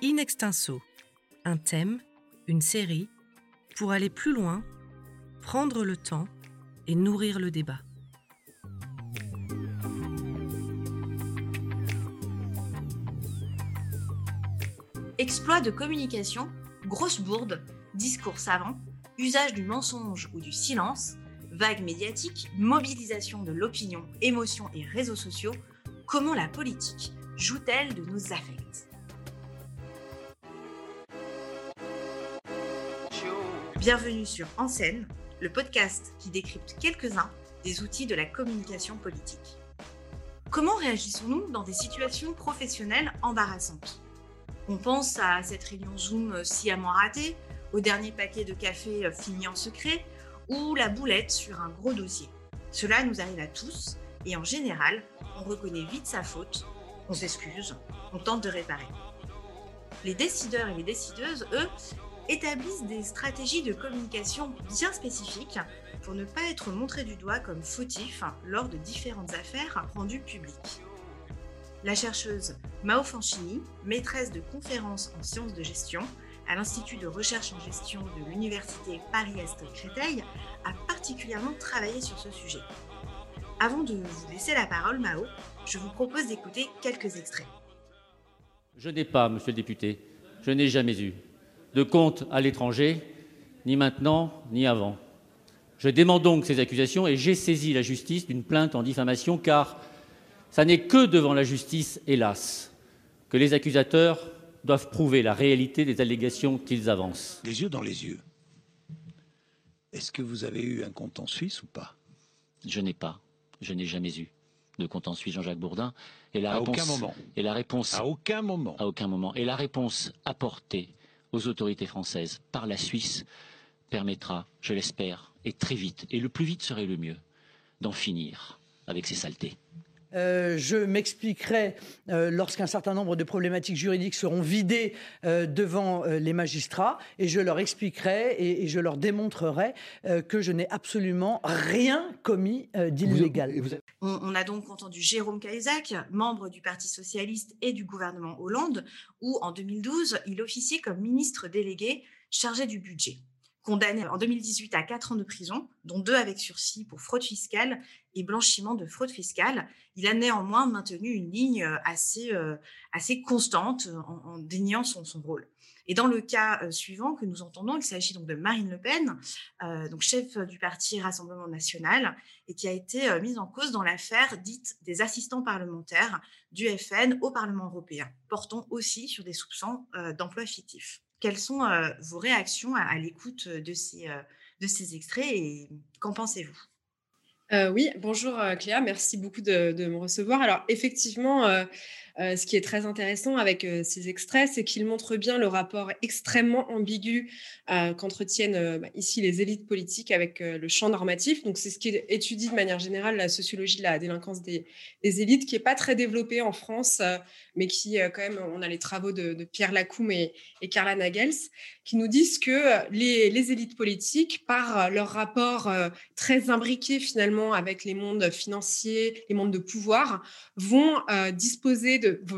In Extenso, un thème, une série, pour aller plus loin, prendre le temps et nourrir le débat. Exploit de communication, grosse bourde, discours savant, usage du mensonge ou du silence, vague médiatique, mobilisation de l'opinion, émotions et réseaux sociaux, comment la politique joue-t-elle de nos affects ? Bienvenue sur En Scène, le podcast qui décrypte quelques-uns des outils de la communication politique. Comment réagissons-nous dans des situations professionnelles embarrassantes ? On pense à cette réunion Zoom sciemment ratée, au dernier paquet de café fini en secret ou la boulette sur un gros dossier. Cela nous arrive à tous et en général, on reconnaît vite sa faute, on s'excuse, on tente de réparer. Les décideurs et les décideuses, eux, établissent des stratégies de communication bien spécifiques pour ne pas être montrés du doigt comme fautifs lors de différentes affaires rendues publiques. La chercheuse Mao Fanchini, maîtresse de conférences en sciences de gestion à l'Institut de recherche en gestion de l'Université Paris-Est-Créteil, a particulièrement travaillé sur ce sujet. Avant de vous laisser la parole, Mao, je vous propose d'écouter quelques extraits. Je n'ai pas, monsieur le député, je n'ai jamais eu de compte à l'étranger, ni maintenant, ni avant. Je dément donc ces accusations et j'ai saisi la justice d'une plainte en diffamation car ça n'est que devant la justice, hélas, que les accusateurs doivent prouver la réalité des allégations qu'ils avancent. Les yeux dans les yeux. Est-ce que vous avez eu un compte en Suisse ou pas ? Je n'ai jamais eu de compte en Suisse, Jean-Jacques Bourdin. Et la À réponse, aucun moment. Et la réponse, À aucun moment. À aucun moment. Et la réponse apportée aux autorités françaises par la Suisse permettra, je l'espère, et très vite, et le plus vite serait le mieux, d'en finir avec ces saletés. Je m'expliquerai lorsqu'un certain nombre de problématiques juridiques seront vidées devant les magistrats et je leur expliquerai et je leur démontrerai que je n'ai absolument rien commis d'illégal. On a donc entendu Jérôme Cahuzac, membre du Parti socialiste et du gouvernement Hollande, où en 2012, il officiait comme ministre délégué chargé du budget. Condamné en 2018 à 4 ans de prison, dont 2 avec sursis pour fraude fiscale et blanchiment de fraude fiscale, il a néanmoins maintenu une ligne assez constante en déniant son rôle. Et dans le cas suivant que nous entendons, il s'agit donc de Marine Le Pen, donc chef du parti Rassemblement National, et qui a été mise en cause dans l'affaire dite des assistants parlementaires du FN au Parlement européen, portant aussi sur des soupçons d'emploi fictif. Quelles sont vos réactions à l'écoute de ces extraits et qu'en pensez-vous ? Oui, bonjour Cléa, merci beaucoup de me recevoir. Alors effectivement, ce qui est très intéressant avec ces extraits, c'est qu'ils montrent bien le rapport extrêmement ambigu qu'entretiennent ici les élites politiques avec le champ normatif. Donc c'est ce qui étudie de manière générale la sociologie de la délinquance des élites, qui n'est pas très développée en France, mais qui quand même, on a les travaux de Pierre Lacoume et Carla Nagels, qui nous disent que les élites politiques, par leur rapport très imbriqué finalement avec les mondes financiers, les mondes de pouvoir, vont disposer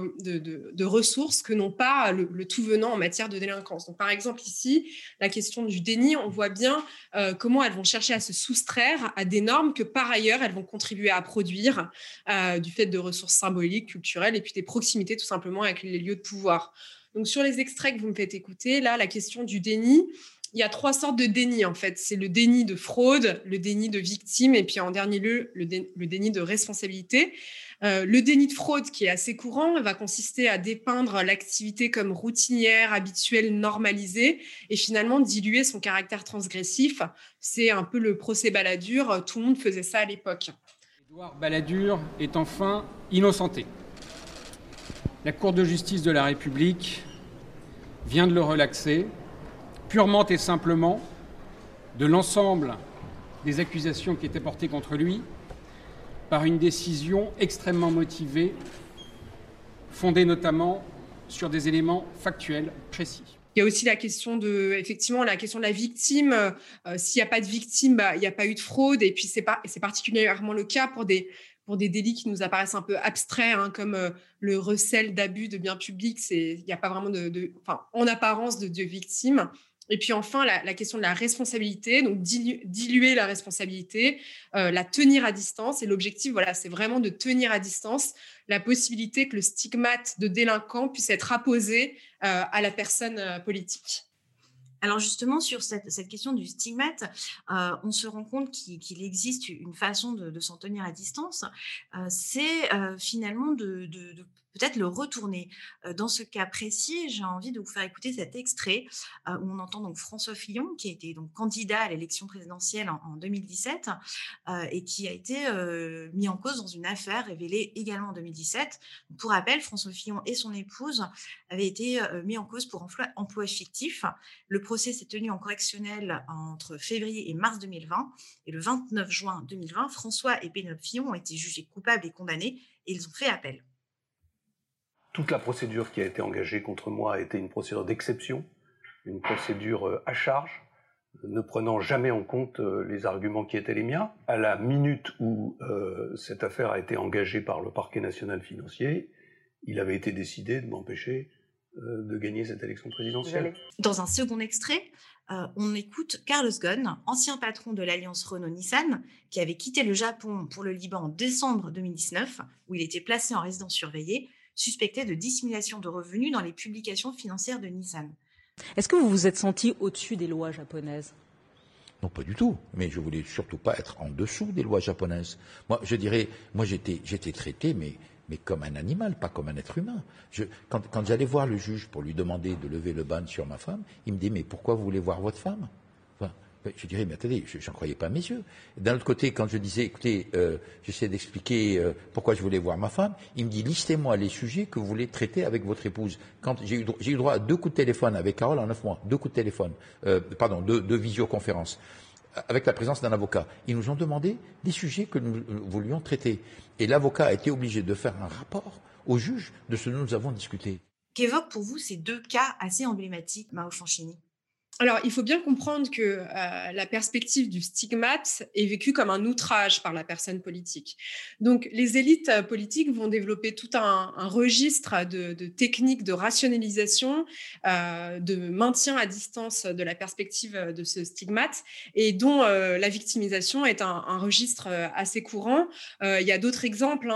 de ressources que n'ont pas le tout venant en matière de délinquance. Donc, par exemple, ici, la question du déni, on voit bien comment elles vont chercher à se soustraire à des normes que, par ailleurs, elles vont contribuer à produire du fait de ressources symboliques, culturelles et puis des proximités tout simplement avec les lieux de pouvoir. Donc, sur les extraits que vous me faites écouter, là, la question du déni, il y a 3 sortes de déni, en fait. C'est le déni de fraude, le déni de victime et puis, en dernier lieu, le déni de responsabilité. Le déni de fraude, qui est assez courant, va consister à dépeindre l'activité comme routinière, habituelle, normalisée et finalement diluer son caractère transgressif. C'est un peu le procès Balladur. Tout le monde faisait ça à l'époque. Édouard Balladur est enfin innocenté. La Cour de justice de la République vient de le relaxer, purement et simplement, de l'ensemble des accusations qui étaient portées contre lui, par une décision extrêmement motivée, fondée notamment sur des éléments factuels précis. Il y a aussi la question de la victime. S'il n'y a pas de victime, il n'y a pas eu de fraude. Et puis, c'est particulièrement le cas pour des pour des délits qui nous apparaissent un peu abstraits, comme le recel d'abus de biens publics. Il n'y a pas vraiment en apparence de victime. Et puis enfin, la question de la responsabilité, donc diluer la responsabilité, la tenir à distance. Et l'objectif, c'est vraiment de tenir à distance la possibilité que le stigmate de délinquant puisse être apposé à la personne politique. Alors justement, sur cette question du stigmate, on se rend compte qu'il existe une façon de s'en tenir à distance. C'est finalement de peut-être le retourner. Dans ce cas précis, j'ai envie de vous faire écouter cet extrait où on entend donc François Fillon, qui a été donc candidat à l'élection présidentielle en 2017 et qui a été mis en cause dans une affaire révélée également en 2017. Pour rappel, François Fillon et son épouse avaient été mis en cause pour emploi fictif. Le procès s'est tenu en correctionnel entre février et mars 2020. Et le 29 juin 2020, François et Pénélope Fillon ont été jugés coupables et condamnés et ils ont fait appel. Toute la procédure qui a été engagée contre moi a été une procédure d'exception, une procédure à charge, ne prenant jamais en compte les arguments qui étaient les miens. À la minute où cette affaire a été engagée par le parquet national financier, il avait été décidé de m'empêcher de gagner cette élection présidentielle. Dans un second extrait, on écoute Carlos Ghosn, ancien patron de l'alliance Renault-Nissan, qui avait quitté le Japon pour le Liban en décembre 2019, où il était placé en résidence surveillée, suspecté de dissimulation de revenus dans les publications financières de Nissan. Est-ce que vous vous êtes senti au-dessus des lois japonaises ? Non, pas du tout. Mais je voulais surtout pas être en dessous des lois japonaises. Moi, je dirais, j'étais traité, mais comme un animal, pas comme un être humain. Quand j'allais voir le juge pour lui demander de lever le ban sur ma femme, il me dit, mais pourquoi vous voulez voir votre femme ? Je dirais, mais attendez, je n'en croyais pas mes yeux. D'un autre côté, quand je disais, écoutez, j'essaie d'expliquer pourquoi je voulais voir ma femme, il me dit, listez-moi les sujets que vous voulez traiter avec votre épouse. Quand j'ai eu droit à 2 coups de téléphone avec Carole en 9 mois, 2 coups de téléphone, deux visioconférences, avec la présence d'un avocat. Ils nous ont demandé des sujets que nous voulions traiter. Et l'avocat a été obligé de faire un rapport au juge de ce dont nous avons discuté. Qu'évoquent pour vous ces 2 cas assez emblématiques, Mao Fanchini ? Alors, il faut bien comprendre que la perspective du stigmate est vécue comme un outrage par la personne politique. Donc, les élites politiques vont développer tout un registre de techniques de rationalisation, de maintien à distance de la perspective de ce stigmate et dont la victimisation est un registre assez courant. Il y a d'autres exemples,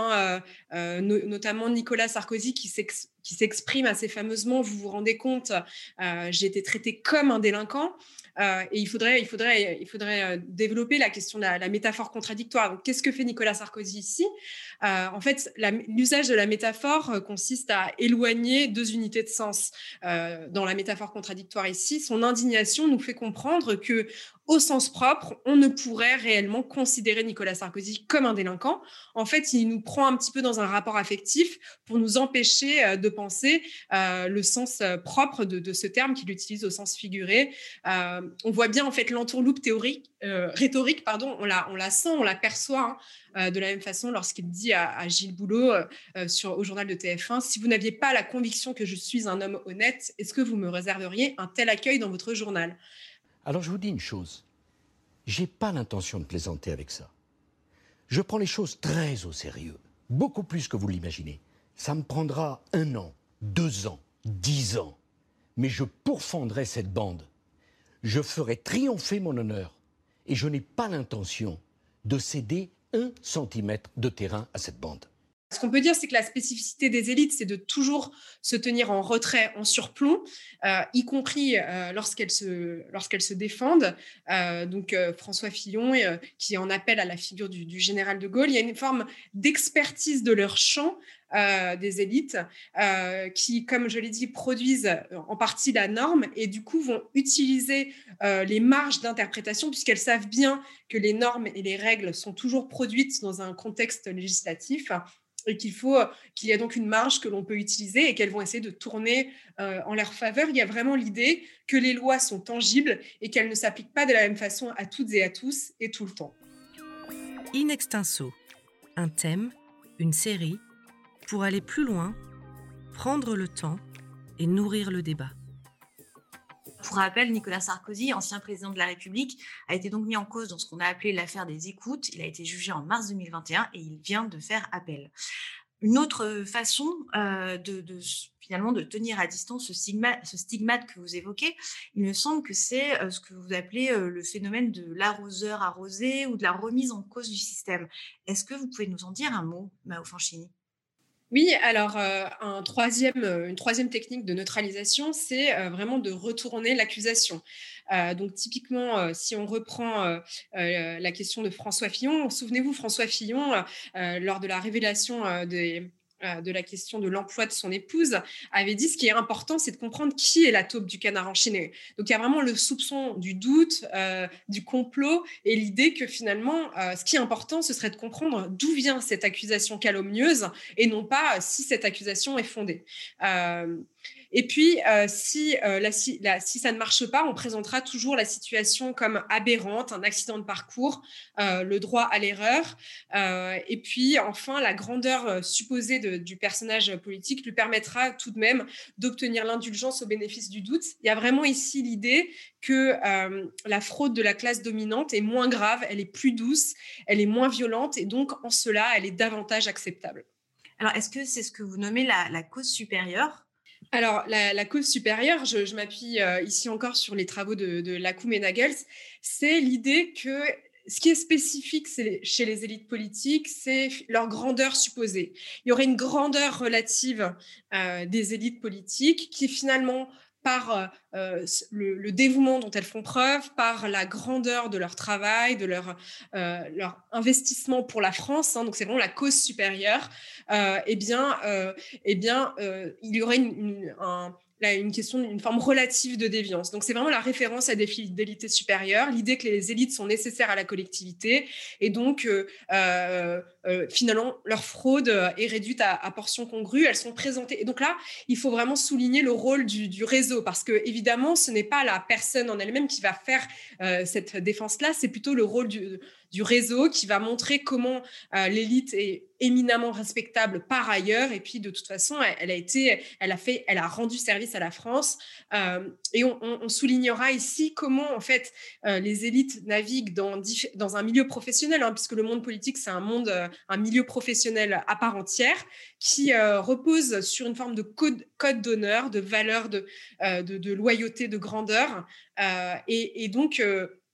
notamment Nicolas Sarkozy qui s'exprime assez fameusement, vous vous rendez compte, j'ai été traité comme un délinquant. Et il faudrait développer la question de la métaphore contradictoire. Donc, qu'est-ce que fait Nicolas Sarkozy ici ? En fait, l'usage de la métaphore consiste à éloigner 2 unités de sens. Dans la métaphore contradictoire ici, son indignation nous fait comprendre que, au sens propre, on ne pourrait réellement considérer Nicolas Sarkozy comme un délinquant. En fait, il nous prend un petit peu dans un rapport affectif pour nous empêcher de penser le sens propre de ce terme qu'il utilise au sens figuré. On voit bien en fait l'entourloupe rhétorique, on la sent, on la perçoit de la même façon lorsqu'il dit à Gilles Boulot au journal de TF1 « Si vous n'aviez pas la conviction que je suis un homme honnête, est-ce que vous me réserveriez un tel accueil dans votre journal ?» Alors je vous dis une chose, j'ai pas l'intention de plaisanter avec ça. Je prends les choses très au sérieux, beaucoup plus que vous l'imaginez. Ça me prendra 1 an, 2 ans, 10 ans, mais je pourfendrai cette bande. Je ferai triompher mon honneur et je n'ai pas l'intention de céder 1 centimètre de terrain à cette bande. Ce qu'on peut dire, c'est que la spécificité des élites, c'est de toujours se tenir en retrait, en surplomb, y compris lorsqu'elles se défendent. Donc François Fillon, qui en appelle à la figure du général de Gaulle, il y a une forme d'expertise de leur champ des élites qui, comme je l'ai dit, produisent en partie la norme et du coup vont utiliser les marges d'interprétation puisqu'elles savent bien que les normes et les règles sont toujours produites dans un contexte législatif et qu'il y a donc une marge que l'on peut utiliser et qu'elles vont essayer de tourner en leur faveur. Il y a vraiment l'idée que les lois sont tangibles et qu'elles ne s'appliquent pas de la même façon à toutes et à tous et tout le temps. In extenso, un thème, une série, pour aller plus loin, prendre le temps et nourrir le débat. Pour rappel, Nicolas Sarkozy, ancien président de la République, a été donc mis en cause dans ce qu'on a appelé l'affaire des écoutes. Il a été jugé en mars 2021 et il vient de faire appel. Une autre façon finalement de tenir à distance ce stigmate que vous évoquez, il me semble que c'est ce que vous appelez le phénomène de l'arroseur arrosé ou de la remise en cause du système. Est-ce que vous pouvez nous en dire un mot, Mao Fanchini ? Oui, alors une troisième technique de neutralisation, c'est vraiment de retourner l'accusation. Donc typiquement, si on reprend la question de François Fillon, souvenez-vous, François Fillon, lors de la révélation de la question de l'emploi de son épouse, avait dit ce qui est important, c'est de comprendre qui est la taupe du canard enchaîné. Donc il y a vraiment le soupçon du doute, du complot, et l'idée que finalement, ce qui est important, ce serait de comprendre d'où vient cette accusation calomnieuse et non pas si cette accusation est fondée. Et puis, si ça ne marche pas, on présentera toujours la situation comme aberrante, un accident de parcours, le droit à l'erreur. Et puis, enfin, la grandeur supposée du personnage politique lui permettra tout de même d'obtenir l'indulgence au bénéfice du doute. Il y a vraiment ici l'idée que la fraude de la classe dominante est moins grave, elle est plus douce, elle est moins violente et donc, en cela, elle est davantage acceptable. Alors, est-ce que c'est ce que vous nommez la cause supérieure ? Alors, la cause supérieure, je m'appuie ici encore sur les travaux de Lacombe et Nagels, c'est l'idée que ce qui est spécifique chez les élites politiques, c'est leur grandeur supposée. Il y aurait une grandeur relative des élites politiques qui finalement, par le dévouement dont elles font preuve, par la grandeur de leur travail, de leur investissement pour la France, donc c'est vraiment la cause supérieure, il y aurait une question d'une forme relative de déviance. Donc, c'est vraiment la référence à des fidélités supérieures, l'idée que les élites sont nécessaires à la collectivité et donc, finalement, leur fraude est réduite à portions congrues, elles sont présentées. Et donc là, il faut vraiment souligner le rôle du réseau parce que, évidemment, ce n'est pas la personne en elle-même qui va faire cette défense-là, c'est plutôt le rôle du réseau qui va montrer comment l'élite est éminemment respectable par ailleurs et puis de toute façon elle a rendu service à la France et on soulignera ici comment en fait les élites naviguent dans un milieu professionnel puisque le monde politique c'est un milieu professionnel à part entière qui repose sur une forme de code d'honneur, de valeur, de loyauté, de grandeur et donc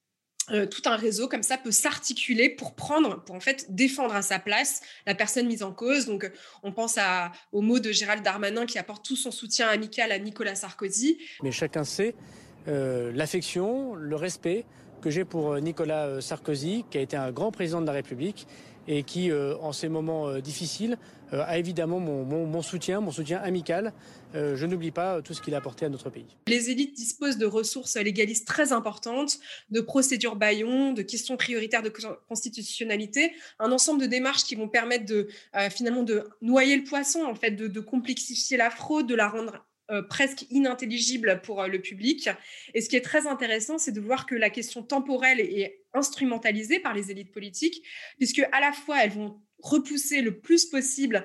tout un réseau comme ça peut s'articuler pour en fait défendre à sa place la personne mise en cause. Donc, on pense aux mots de Gérald Darmanin qui apporte tout son soutien amical à Nicolas Sarkozy. Mais chacun sait l'affection, le respect que j'ai pour Nicolas Sarkozy, qui a été un grand président de la République et qui, en ces moments difficiles, a évidemment mon soutien amical. Je n'oublie pas tout ce qu'il a apporté à notre pays. Les élites disposent de ressources légalistes très importantes, de procédures bâillons, de questions prioritaires de constitutionnalité, un ensemble de démarches qui vont permettre finalement de noyer le poisson, en fait, de complexifier la fraude, de la rendre presque inintelligible pour le public. Et ce qui est très intéressant, c'est de voir que la question temporelle est instrumentalisée par les élites politiques, puisque à la fois elles vont repousser le plus possible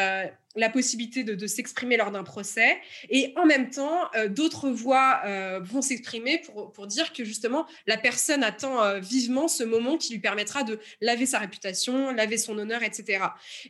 la possibilité de s'exprimer lors d'un procès et en même temps d'autres voix vont s'exprimer pour dire que justement la personne attend vivement ce moment qui lui permettra de laver sa réputation, laver son honneur, etc.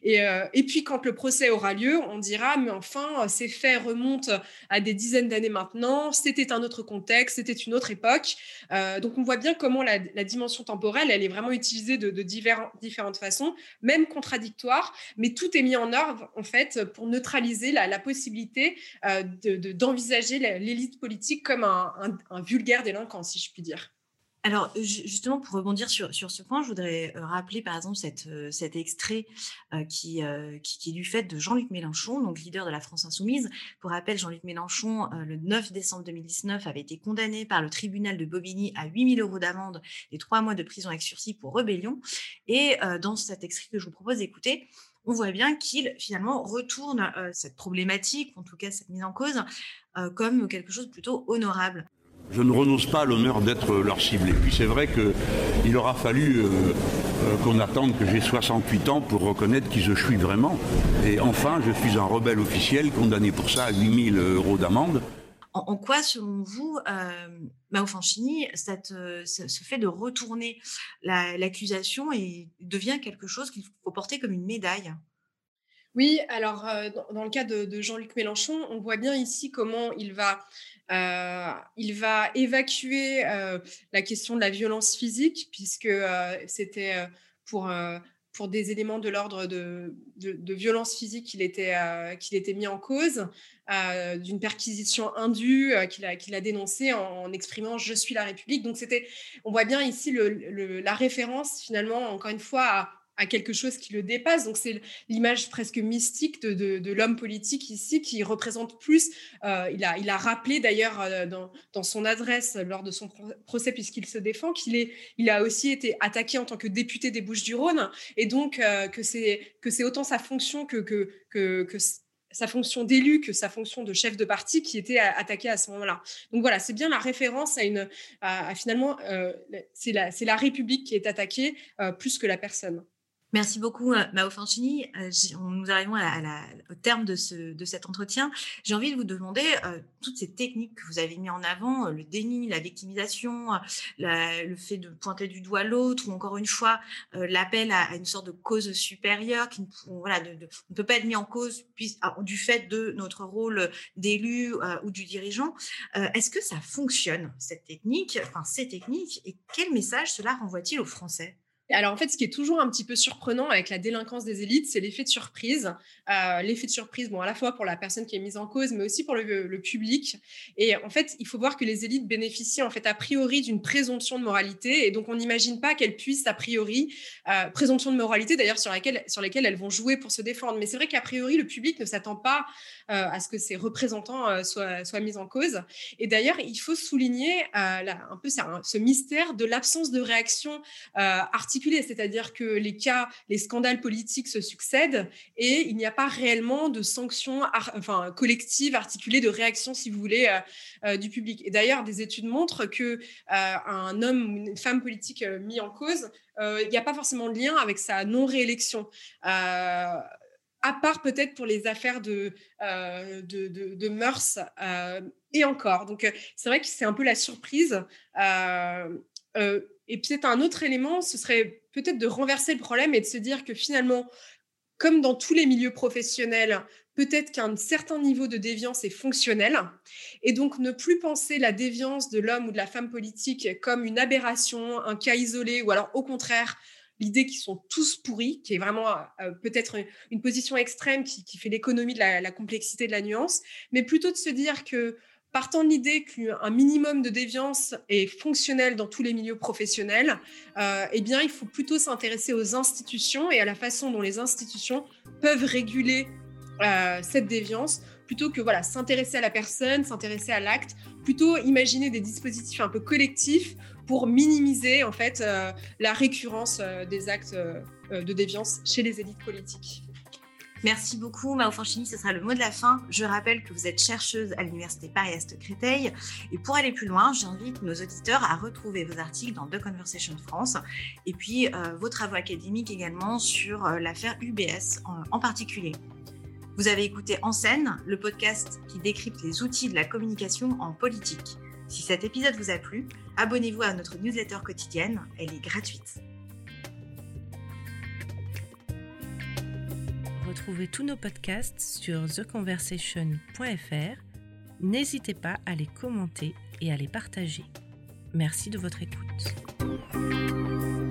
Et puis quand le procès aura lieu, on dira mais enfin ces faits remontent à des dizaines d'années maintenant, c'était un autre contexte, c'était une autre époque. Donc on voit bien comment la dimension temporelle elle est vraiment utilisée de différentes façons, même contradictoires, mais tout est mis en œuvre en fait pour neutraliser la possibilité d'envisager l'élite politique comme un vulgaire délinquant, si je puis dire. Alors, justement, pour rebondir sur ce point, je voudrais rappeler, par exemple, cet extrait qui est du fait de Jean-Luc Mélenchon, donc leader de la France Insoumise. Pour rappel, Jean-Luc Mélenchon, le 9 décembre 2019, avait été condamné par le tribunal de Bobigny à 8 000 € d'amende et 3 mois de prison avec sursis pour rébellion. Et dans cet extrait que je vous propose d'écouter, on voit bien qu'il, finalement, retourne cette problématique, en tout cas cette mise en cause, comme quelque chose de plutôt honorable. Je ne renonce pas à l'honneur d'être leur cible. Et puis c'est vrai qu'il aura fallu qu'on attende que j'ai 68 ans pour reconnaître qui je suis vraiment. Et enfin, je suis un rebelle officiel condamné pour ça à 8 000 € d'amende. En quoi, selon vous, Mao Fanchini, ce fait de retourner l'accusation devient quelque chose qu'il faut porter comme une médaille? Oui, alors dans le cas de Jean-Luc Mélenchon, on voit bien ici comment il va évacuer la question de la violence physique, puisque c'était pour des éléments de l'ordre de violence physique qu'il était mis en cause, d'une perquisition indue qu'il a dénoncée en exprimant « Je suis la République ». Donc on voit bien ici la référence finalement, encore une fois, à quelque chose qui le dépasse. Donc, c'est l'image presque mystique de l'homme politique ici qui représente plus. Il a rappelé d'ailleurs dans son adresse lors de son procès, puisqu'il se défend, il a aussi été attaqué en tant que député des Bouches-du-Rhône, et donc que c'est autant sa fonction que sa fonction d'élu que sa fonction de chef de parti qui était attaquée à ce moment-là. Donc voilà, c'est bien la référence à finalement, c'est la République qui est attaquée plus que la personne. Merci beaucoup, Mao Fanchini. Nous arrivons au terme de cet entretien. J'ai envie de vous demander toutes ces techniques que vous avez mis en avant, le déni, la victimisation, le fait de pointer du doigt l'autre, ou encore une fois, l'appel à une sorte de cause supérieure qui ne peut pas être mis en cause du fait de notre rôle d'élu ou du dirigeant. Est-ce que ça fonctionne, ces techniques, et quel message cela renvoie-t-il aux Français ? Alors, en fait, ce qui est toujours un petit peu surprenant avec la délinquance des élites, c'est l'effet de surprise. L'effet de surprise, à la fois pour la personne qui est mise en cause, mais aussi pour le public. Et en fait, il faut voir que les élites bénéficient, en fait, a priori, d'une présomption de moralité. Et donc, on n'imagine pas qu'elles puissent, a priori, présomption de moralité, d'ailleurs, sur lesquelles elles vont jouer pour se défendre. Mais c'est vrai qu'a priori, le public ne s'attend pas à ce que ses représentants soient mis en cause. Et d'ailleurs, il faut souligner un peu ce mystère de l'absence de réaction articulée. C'est-à-dire que les scandales politiques se succèdent et il n'y a pas réellement de sanctions collectives, articulées, de réaction, si vous voulez, du public. Et d'ailleurs, des études montrent qu'un homme ou une femme politique mis en cause, il n'y a pas forcément de lien avec sa non-réélection. À part peut-être pour les affaires de mœurs, et encore. Donc, c'est vrai que c'est un peu la surprise. Et peut-être un autre élément, ce serait peut-être de renverser le problème et de se dire que finalement, comme dans tous les milieux professionnels, peut-être qu'un certain niveau de déviance est fonctionnel, et donc ne plus penser la déviance de l'homme ou de la femme politique comme une aberration, un cas isolé, ou alors au contraire, l'idée qu'ils sont tous pourris, qui est vraiment peut-être une position extrême qui fait l'économie de la complexité de la nuance, mais plutôt de se dire que partant de l'idée qu'un minimum de déviance est fonctionnel dans tous les milieux professionnels, il faut plutôt s'intéresser aux institutions et à la façon dont les institutions peuvent réguler cette déviance, plutôt que s'intéresser à la personne, s'intéresser à l'acte, plutôt imaginer des dispositifs un peu collectifs pour minimiser en fait la récurrence des actes de déviance chez les élites politiques. Merci beaucoup, Mao Fanchini, ce sera le mot de la fin. Je rappelle que vous êtes chercheuse à l'Université Paris-Est Créteil. Et pour aller plus loin, j'invite nos auditeurs à retrouver vos articles dans The Conversation France et puis vos travaux académiques également sur l'affaire UBS en particulier. Vous avez écouté En scène, le podcast qui décrypte les outils de la communication en politique. Si cet épisode vous a plu, abonnez-vous à notre newsletter quotidienne, elle est gratuite. Retrouvez tous nos podcasts sur theconversation.fr. N'hésitez pas à les commenter et à les partager. Merci de votre écoute.